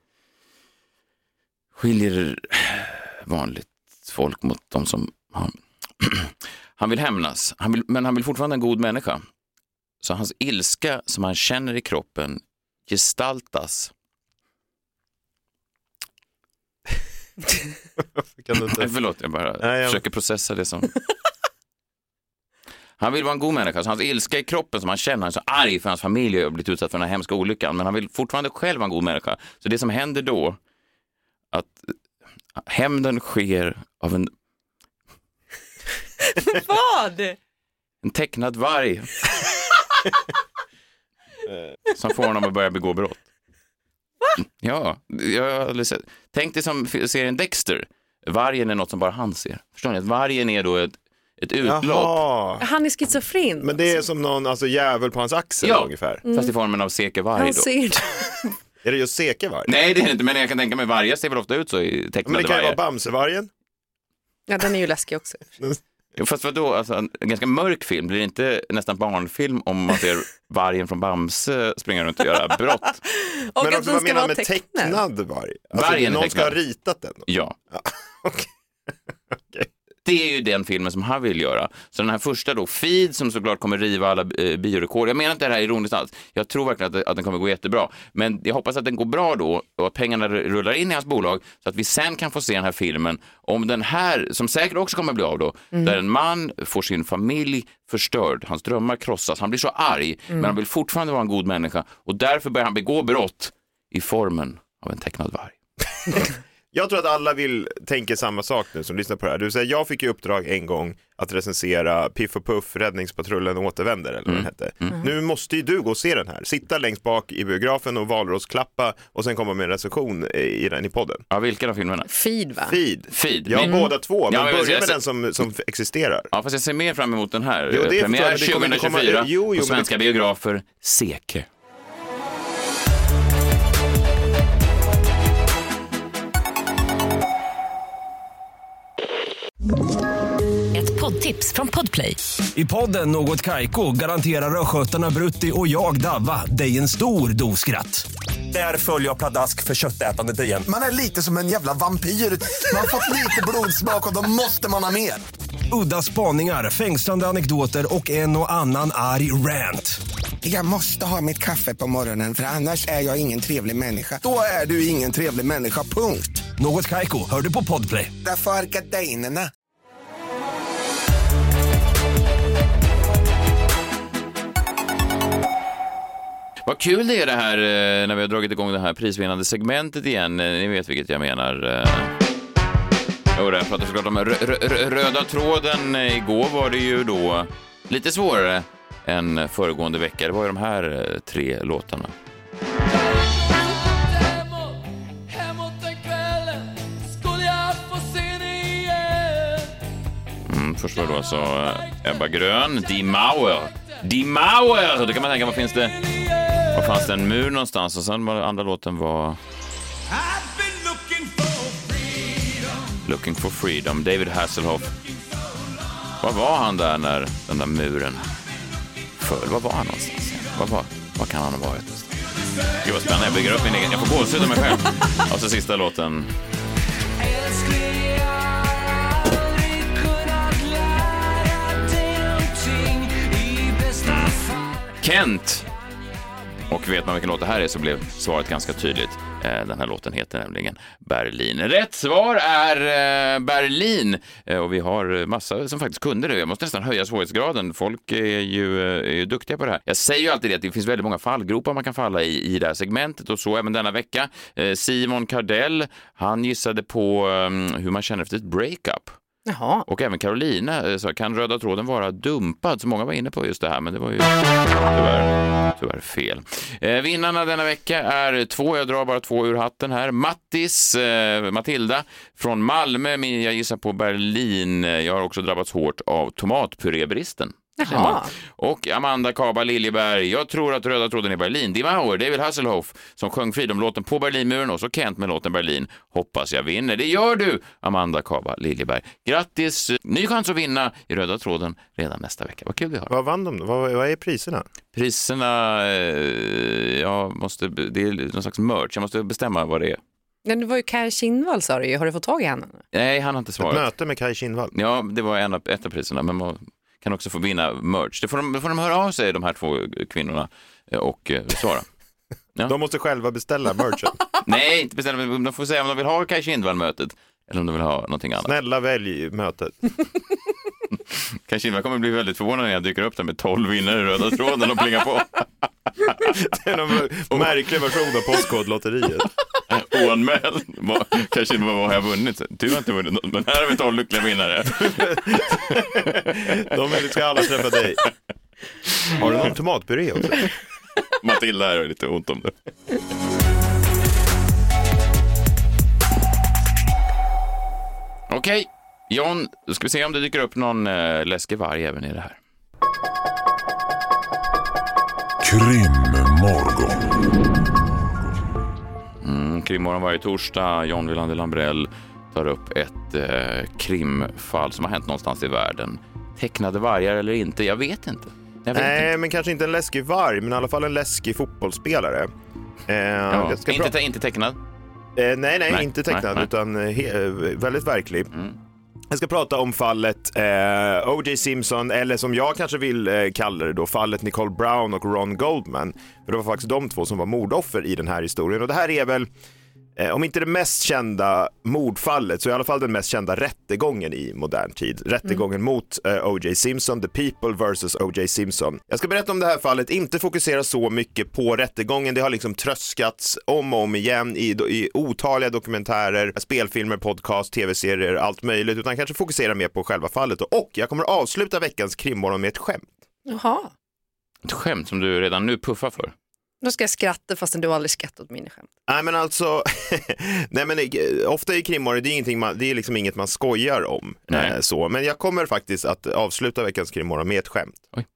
S2: vanligt folk mot de som han vill hämnas. Men han vill fortfarande en god människa. Så hans ilska som han känner i kroppen gestaltas. Nej, förlåt, jag bara försöker processa det som... Han vill vara en god människa, så hans ilska i kroppen som han känner, han är så arg för hans familj har blivit utsatt för den här hemska olyckan, men han vill fortfarande själv vara en god människa. Så det som händer då, att hämnden sker av en...
S3: Vad?
S2: En tecknad varg. Som får honom att börja begå brott. Va? Ja, jag har sett. Tänk dig som serien Dexter. Vargen är något som bara han ser. Förstår ni? Att vargen är då ett utlopp.
S4: Jaha.
S3: Han är schizofren.
S4: Men det är som någon jävel på hans axel ungefär.
S2: Fast i formen av sekevarg då.
S4: Är det just sekevarg?
S2: Nej, det är inte, men jag kan tänka mig vargar ser väl ofta ut så i tecknade vargar.
S4: Men det kan ju vara Bamsevargen.
S3: Ja, den är ju läskig också.
S2: Fast vadå, alltså, en ganska mörk film. Blir det inte nästan barnfilm om man ser vargen från Bamse springa runt och göra brott?
S3: Och
S4: men
S3: att
S4: också,
S3: den
S4: vad
S3: ska
S4: menar
S3: vara
S4: med tecknad varg? Alltså,
S2: vargen
S4: någon
S2: tecknad.
S4: ska ha ritat den då?
S2: Ja.
S4: Okay.
S2: Det är ju den filmen som han vill göra. Så den här första då, Feed, som såklart kommer riva alla biorekord. Jag menar inte det här ironiskt alls. Jag tror verkligen att den kommer gå jättebra. Men jag hoppas att den går bra då och att pengarna rullar in i hans bolag så att vi sen kan få se den här filmen om den här, som säkert också kommer bli av då, där en man får sin familj förstörd. Hans drömmar krossas. Han blir så arg, men han vill fortfarande vara en god människa. Och därför börjar han begå brott i formen av en tecknad varg.
S4: Jag tror att alla tänker samma sak nu som lyssnar på det här. Du säger, jag fick i uppdrag en gång att recensera Piff och Puff, Räddningspatrullen återvänder eller vad den hette. Nu måste ju du gå och se den här. Sitta längst bak i biografen och valrossklappa och sen komma med en recension i den i podden.
S2: Ja, vilken av filmerna?
S3: Feed, va?
S4: Feed. Ja, båda två. Men börja med den som existerar.
S2: Ja, fast jag ser mer fram emot den här.
S4: Jo, det är
S2: premiär
S4: det kommer
S2: 2024 på svenska biografer. Seke.
S6: Ett poddtips från Podplay.
S12: I podden Något Kaiko garanterar röskötarna Brutti och jag Davva dig en stor doskratt. Där följer jag pladask för köttätandet igen.
S13: Man är lite som en jävla vampyr. Man har fått lite blodsmak och då måste man ha mer.
S12: Udda spaningar, fängslande anekdoter och en och annan arg rant.
S13: Jag måste ha mitt kaffe på morgonen för annars är jag ingen trevlig människa. Då är du ingen trevlig människa, punkt.
S12: Något Kaiko, hör du på Podplay.
S13: Därför är gardinerna.
S2: Vad kul det är det här när vi har dragit igång det här prisvinnande segmentet igen. Ni vet vilket jag menar. Jag pratar såklart om röda tråden. Igår var det ju då lite svårare än föregående vecka. Det var ju de här 3 låtarna. Först var det då alltså Ebba Grön, Die Mauer. Då kan man tänka, vad finns det? Var fanns det en mur någonstans? Och sen var andra låten var Looking for Freedom, David Hasselhoff. Var var han där när den där muren föll? Var var han någonstans? Var kan han ha varit? Gud vad spännande, jag bygger upp min egen. Jag får gåshud av mig själv. Och så sista låten. Kent. Och vet man vilken låt det här är så blev svaret ganska tydligt. Den här låten heter nämligen Berlin. Rätt svar är Berlin. Och vi har massa som faktiskt kunde det. Jag måste nästan höja svårighetsgraden. Folk är ju duktiga på det här. Jag säger ju alltid det att det finns väldigt många fallgropar man kan falla i det här segmentet. Och så även denna vecka. Simon Kardell, han gissade på hur man känner efter ett breakup.
S3: Jaha.
S2: Och även Carolina, så kan röda tråden vara dumpad? Så många var inne på just det här, men det var ju tyvärr fel. Vinnarna denna vecka är 2, jag drar bara 2 ur hatten här. Mattis, Matilda från Malmö, jag gissar på Berlin. Jag har också drabbats hårt av tomatpurébristen.
S3: Jaha.
S2: Och Amanda Kaba Liljeberg, jag tror att röda tråden är Berlin. Die Mauer, David Hasselhoff som sjöng Freedom-låten på Berlinmuren och så Kent med låten Berlin. Hoppas jag vinner. Det gör du, Amanda Kaba Liljeberg. Grattis, ny chans att vinna i röda tråden redan nästa vecka. Vad kul vi har.
S4: Vad vann de? Vad är priserna?
S2: Priserna, det är någon slags merch. Jag måste bestämma vad det är.
S3: Men det var ju Kaj Kindvall, sa du ju. Har du fått tag i henne?
S2: Nej, han har inte svarat.
S4: Ett möte med Kaj Kindvall.
S2: Ja, det var ett av priserna, men man kan också få vinna merch. Det får de höra av sig, de här 2 kvinnorna, och svara. Ja.
S4: De måste själva beställa merchen.
S2: Nej, inte beställa, men de får säga om de vill ha Kaj Kindvall-mötet eller om de vill ha någonting annat.
S4: Snälla välj mötet.
S2: Kaj Kindvall kommer bli väldigt förvånad när jag dyker upp där med 12 vinnare i röda tråden och plingar på.
S4: Det är en märklig version av Postkodlotteriet.
S2: Oanmäld. Kanske inte vad har jag vunnit. Du har inte vunnit något, men här har vi 12 lyckliga vinnare.
S4: De ska alla träffa dig. Har du någon tomatpuré också?
S2: Matilda här har lite ont om det. Okej, John, då ska vi se om det dyker upp någon läskig varg även i det här.
S14: Krimmorgon.
S2: Krimmorgon varje torsdag. John Wilander Lambrell tar upp ett krimfall som har hänt någonstans i världen. Tecknade vargar eller inte? Jag vet inte.
S4: Nej, men kanske inte en läskig varg, men i alla fall en läskig fotbollsspelare.
S2: Inte tecknad?
S4: Nej, inte tecknad, utan väldigt verklig. Jag ska prata om fallet O.J. Simpson, eller som jag kanske vill kalla det då, fallet Nicole Brown och Ron Goldman. För det var faktiskt de 2 som var mordoffer i den här historien. Och det här är väl, om inte det mest kända mordfallet, så i alla fall den mest kända rättegången i modern tid. Rättegången mot O.J. Simpson, The People vs. O.J. Simpson. Jag ska berätta om det här fallet, inte fokusera så mycket på rättegången. Det har liksom tröskats om och om igen i otaliga dokumentärer, spelfilmer, podcast, tv-serier, allt möjligt. Utan kanske fokusera mer på själva fallet. Och jag kommer avsluta veckans krimmorgon med ett skämt.
S3: Jaha.
S2: Ett skämt som du redan nu puffar för?
S3: Då ska jag skratta fastän du aldrig skrattat åt mina skämt.
S4: Nej, men alltså ofta i krimmorgon, det är liksom inget man skojar om. Så. Men jag kommer faktiskt att avsluta veckans krimmorgon med ett skämt.
S2: Oj.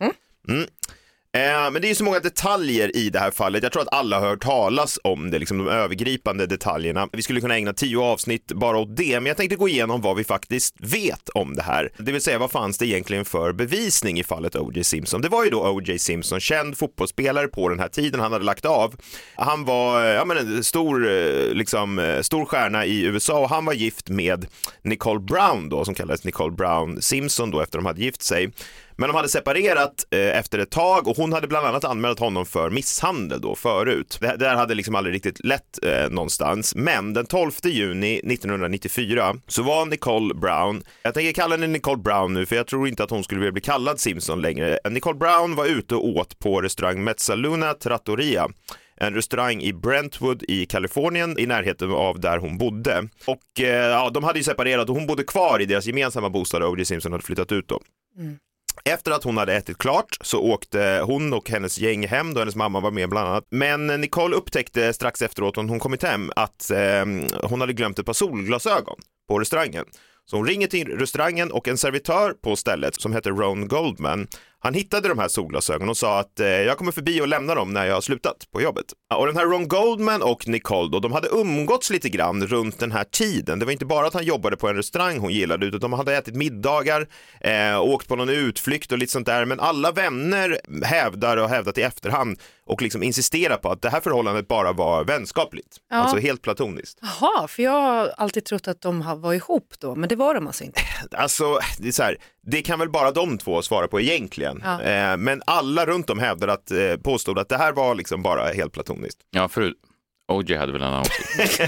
S4: Men det är ju så många detaljer i det här fallet. Jag tror att alla har hört talas om det, liksom de övergripande detaljerna. Vi skulle kunna ägna 10 avsnitt bara åt det, men jag tänkte gå igenom vad vi faktiskt vet om det här. Det vill säga, vad fanns det egentligen för bevisning i fallet O.J. Simpson? Det var ju då O.J. Simpson, känd fotbollsspelare på den här tiden. Han hade lagt av. Han var en stor stjärna i USA, och han var gift med Nicole Brown då, som kallades Nicole Brown Simpson då, efter de hade gift sig. Men de hade separerat efter ett tag, och hon hade bland annat anmält honom för misshandel då förut. Det där hade liksom aldrig riktigt lätt någonstans. Men den 12 juni 1994 så var Nicole Brown, jag tänker kalla henne Nicole Brown nu för jag tror inte att hon skulle vilja bli kallad Simpson längre. Nicole Brown var ute och åt på restaurang Mezzaluna Trattoria, en restaurang i Brentwood i Kalifornien, i närheten av där hon bodde. Och de hade ju separerat, och hon bodde kvar i deras gemensamma bostad, och O.J. Simpson hade flyttat ut då. Efter att hon hade ätit klart så åkte hon och hennes gäng hem, då hennes mamma var med bland annat. Men Nicole upptäckte strax efteråt när hon kom hem att hon hade glömt ett par solglasögon på restaurangen. Så hon ringer till restaurangen, och en servitör på stället som heter Ron Goldman, han hittade de här solglasögonen och sa att jag kommer förbi och lämna dem när jag har slutat på jobbet. Och den här Ron Goldman och Nicole då, de hade umgåtts lite grann runt den här tiden. Det var inte bara att han jobbade på en restaurang hon gillade, utan de hade ätit middagar, åkt på någon utflykt och lite sånt där. Men alla vänner hävdat i efterhand och liksom insisterar på att det här förhållandet bara var vänskapligt. Ja. Alltså helt platoniskt.
S3: Jaha, för jag har alltid trott att de var ihop då, men det var de alltså inte.
S4: Alltså, det är så här, det kan väl bara de två svara på egentligen. Ja. Men alla runt om hävdade att påstod att det här var liksom bara helt platoniskt.
S2: Ja, OJ hade väl en annan åsikt?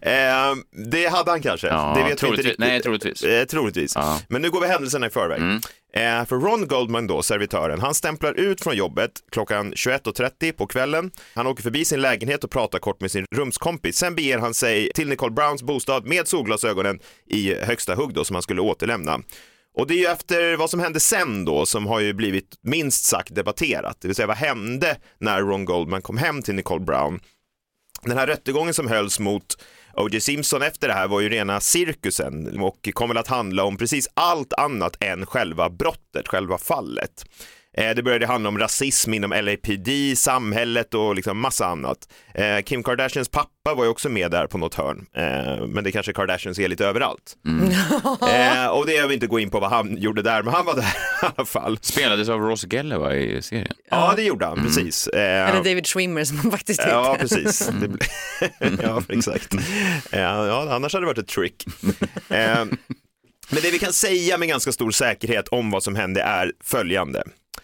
S4: Det hade han kanske.
S2: Ja,
S4: det vet vi inte riktigt.
S2: Nej, troligtvis.
S4: Troligtvis. Ja. Men nu går vi händelserna i förväg. För Ron Goldman då, servitören, han stämplar ut från jobbet klockan 21.30 på kvällen. Han åker förbi sin lägenhet och pratar kort med sin rumskompis. Sen beger han sig till Nicole Browns bostad med solglasögonen i högsta hugg då, som han skulle återlämna. Och det är ju efter vad som hände sen då som har ju blivit minst sagt debatterat. Det vill säga vad hände när Ron Goldman kom hem till Nicole Brown. Den här rättegången som hölls mot O.J. Simpson efter det här var ju rena cirkusen och kommer att handla om precis allt annat än själva brottet, själva fallet. Det började handla om rasism inom LAPD, samhället och liksom massa annat. Kim Kardashians pappa var ju också med där på något hörn. Men det kanske Kardashians är lite överallt. Och det jag vill inte gå in på vad han gjorde där, men han var där i alla fall.
S2: Spelades av Ross Geller i serien?
S4: Ja, det gjorde han, precis.
S3: Eller David Schwimmer som han faktiskt heter.
S4: Ja, precis. Ja, exakt. Ja, annars hade det varit ett trick. Men det vi kan säga med ganska stor säkerhet om vad som hände är följande.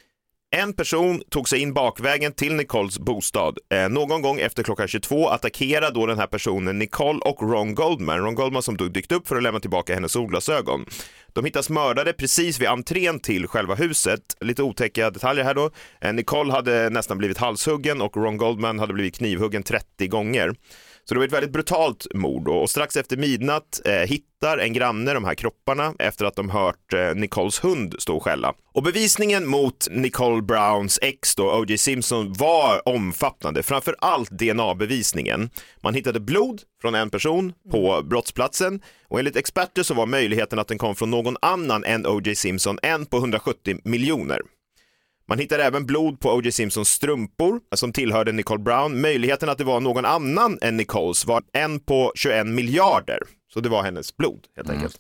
S4: En person tog sig in bakvägen till Nicoles bostad. Någon gång efter klockan 22 attackerade då den här personen Nicole och Ron Goldman. Ron Goldman som dykt upp för att lämna tillbaka hennes solglasögon. De hittas mördade precis vid entrén till själva huset. Lite otäcka detaljer här då. Nicole hade nästan blivit halshuggen och Ron Goldman hade blivit knivhuggen 30 gånger. Så det var ett väldigt brutalt mord och strax efter midnatt hittar en granne de här kropparna efter att de hört Nicoles hund stå och skälla. Och bevisningen mot Nicole Browns ex då, O.J. Simpson, var omfattande. Framför allt DNA-bevisningen. Man hittade blod från en person på brottsplatsen och enligt experter så var möjligheten att den kom från någon annan än O.J. Simpson en på 170 miljoner. Man hittade även blod på O.J. Simpsons strumpor som tillhörde Nicole Brown. Möjligheten att det var någon annan än Nicoles var en på 21 miljarder. Så det var hennes blod helt enkelt.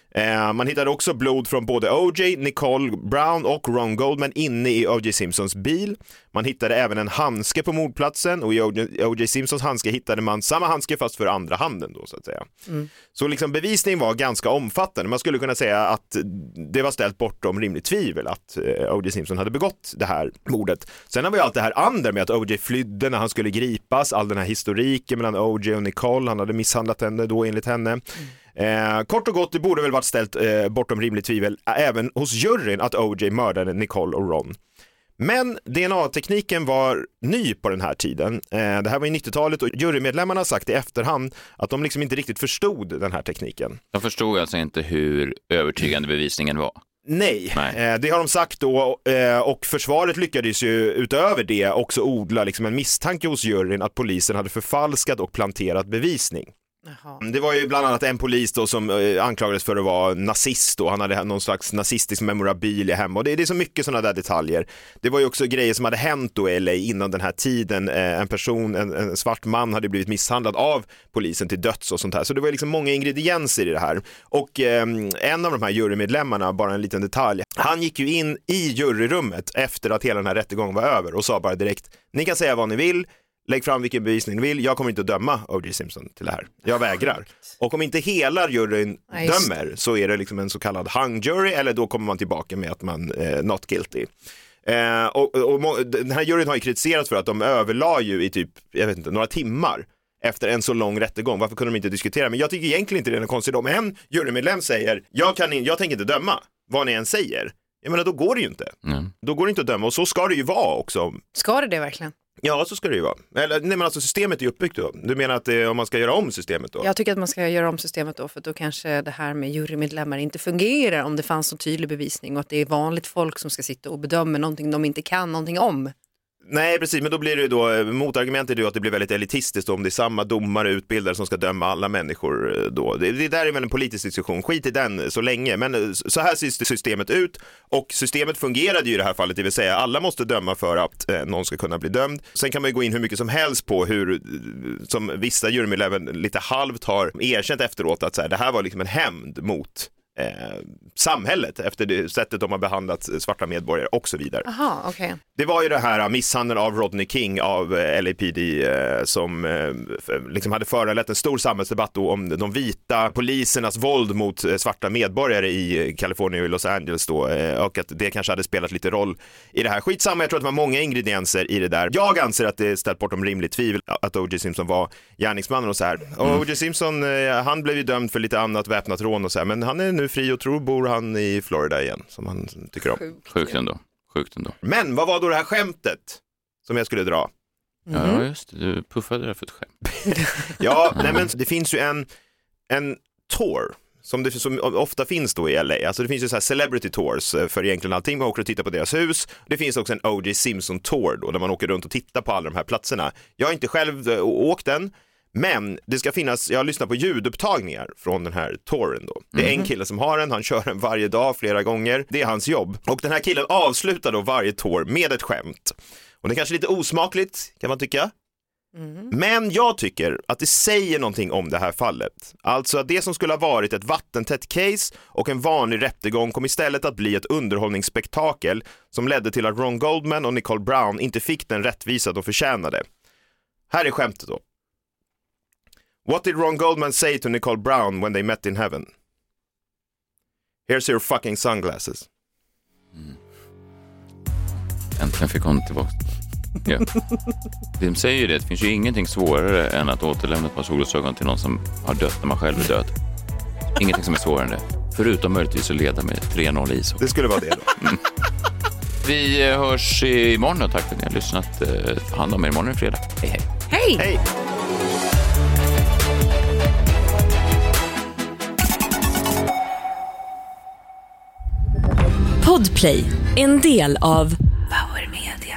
S4: Man hittade också blod från både O.J., Nicole Brown och Ron Goldman inne i O.J. Simpsons bil. Man hittade även en handske på mordplatsen och i O.J. Simpsons handske hittade man samma handske fast för andra handen då så att säga. Så liksom bevisningen var ganska omfattande. Man skulle kunna säga att det var ställt bortom rimligt tvivel att O.J. Simpson hade begått det här mordet. Sen har vi allt det här andra med att O.J. flydde när han skulle gripas, all den här historiken mellan O.J. och Nicole, han hade misshandlat henne då enligt henne. Kort och gott, det borde väl varit ställt bortom rimligt tvivel även hos juryn att O.J. mördade Nicole och Ron. Men DNA-tekniken var ny på den här tiden. Det här var i 90-talet och jurymedlemmarna har sagt i efterhand att de liksom inte riktigt förstod den här tekniken.
S2: De förstod alltså inte hur övertygande bevisningen var.
S4: Nej, det har de sagt då och försvaret lyckades ju utöver det också odla liksom en misstanke hos juryn att polisen hade förfalskat och planterat bevisning. Jaha. Det var ju bland annat en polis då som anklagades för att vara nazist och han hade någon slags nazistisk memorabilia hemma och det är så mycket sådana där detaljer. Det var ju också grejer som hade hänt då i LA innan den här tiden. En svart man hade blivit misshandlad av polisen till döds och sånt här. Så det var liksom många ingredienser i det här. Och en av de här jurymedlemmarna, bara en liten detalj, han gick ju in i juryrummet efter att hela den här rättegången var över och sa bara direkt, ni kan säga vad ni vill, lägg fram vilken bevisning ni vill, jag kommer inte att döma O.J. Simpson till det här. Jag vägrar. Och om inte hela juryn dömer så är det liksom en så kallad hung jury eller då kommer man tillbaka med att man not guilty. Och den här juryn har ju kritiserats för att de överla ju i typ, jag vet inte, några timmar efter en så lång rättegång. Varför kunde de inte diskutera? Men jag tycker egentligen inte det är något konstigt. Om en jurymedlem säger, jag tänker inte döma vad ni än säger. Jag menar, då går det ju inte. Då går det inte att döma och så ska det ju vara också.
S3: Ska det verkligen?
S4: Ja, så ska det ju vara. Eller, nej, men alltså systemet är uppbyggt då. Du menar att om man ska göra om systemet då?
S3: Jag tycker att man ska göra om systemet då, för då kanske det här med jurymedlemmar inte fungerar om det fanns så tydlig bevisning och att det är vanligt folk som ska sitta och bedöma någonting de inte kan någonting om.
S4: Nej, precis, men då blir det då, motargumentet är ju att det blir väldigt elitistiskt om det är samma domare utbildare som ska döma alla människor då. Det där är väl en politisk diskussion, skit i den så länge, men så här ser systemet ut och systemet fungerade ju i det här fallet, det vill säga alla måste döma för att någon ska kunna bli dömd. Sen kan man ju gå in hur mycket som helst på hur, som vissa jurymedlemmar lite halvt har erkänt efteråt att så här, det här var liksom en hämnd mot samhället efter det sättet de har behandlat svarta medborgare och så vidare.
S3: Aha, okay.
S4: Det var ju det här misshandeln av Rodney King av LAPD som liksom hade föranlett en stor samhällsdebatt då om de vita polisernas våld mot svarta medborgare i Kalifornien och Los Angeles då, och att det kanske hade spelat lite roll i det här. Skitsamma, jag tror att det var många ingredienser i det där. Jag anser att det är ställt bortom rimligt tvivel att O.J. Simpson var gärningsmannen och så här. O.J. Simpson, han blev ju dömd för lite annat väpnat rån och så här, men han är nu fri och tror bor han i Florida igen, som han tycker om.
S2: Sjukt ändå.
S4: Men vad var då det här skämtet som jag skulle dra?
S2: Ja, just det. Du puffade det för ett skämt.
S4: Ja, nej, men det finns ju en tour som ofta finns då i LA. Alltså det finns ju så här celebrity tours för egentligen allting. Man åker och tittar på deras hus. Det finns också en O.J. Simpson tour då, där man åker runt och tittar på alla de här platserna. Jag har inte själv åkt den, men det ska finnas, jag har lyssnat på ljudupptagningar från den här touren då. Det är en kille som har den, han kör den varje dag flera gånger. Det är hans jobb. Och den här killen avslutar då varje tour med ett skämt. Och det är kanske lite osmakligt, kan man tycka. Men jag tycker att det säger någonting om det här fallet. Alltså att det som skulle ha varit ett vattentätt case och en vanlig rättegång kom istället att bli ett underhållningsspektakel som ledde till att Ron Goldman och Nicole Brown inte fick den rättvisa de förtjänade. Här är skämtet då. What did Ron Goldman say to Nicole Brown when they met in heaven? Here's your fucking sunglasses.
S2: Äntligen fick hon tillbaka. Ja. De säger ju det finns ju ingenting svårare än att återlämna ett par solglasögon till någon som har dött när man själv är död. Ingenting som är svårare än det. Förutom möjligtvis att leda med 3-0 i så.
S4: Det skulle vara det då.
S2: Vi hörs imorgon och tack för att ni har lyssnat. Hand om er imorgon är fredag. Hej hej.
S3: Hej!
S4: Hej!
S6: Podplay, en del av Power Media.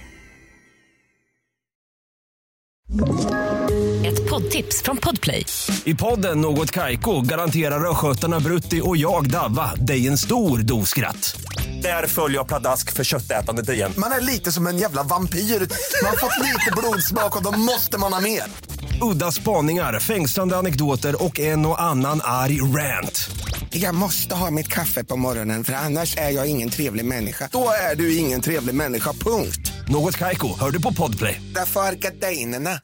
S6: Ett poddtips från Podplay.
S12: I podden Något Kaiko garanterar röskötarna Brutti och jag Davva dig en stor dos skratt. Där följer jag pladask för köttätandet igen.
S13: Man är lite som en jävla vampyr. Man har fått lite blodsmak och då måste man ha mer.
S12: Udda spaningar, fängslande anekdoter och en och annan arg rant.
S13: Jag måste ha mitt kaffe på morgonen för annars är jag ingen trevlig människa. Då är du ingen trevlig människa, punkt.
S12: Något Kaiko, hör du på Podplay.
S13: Därför är gardinerna.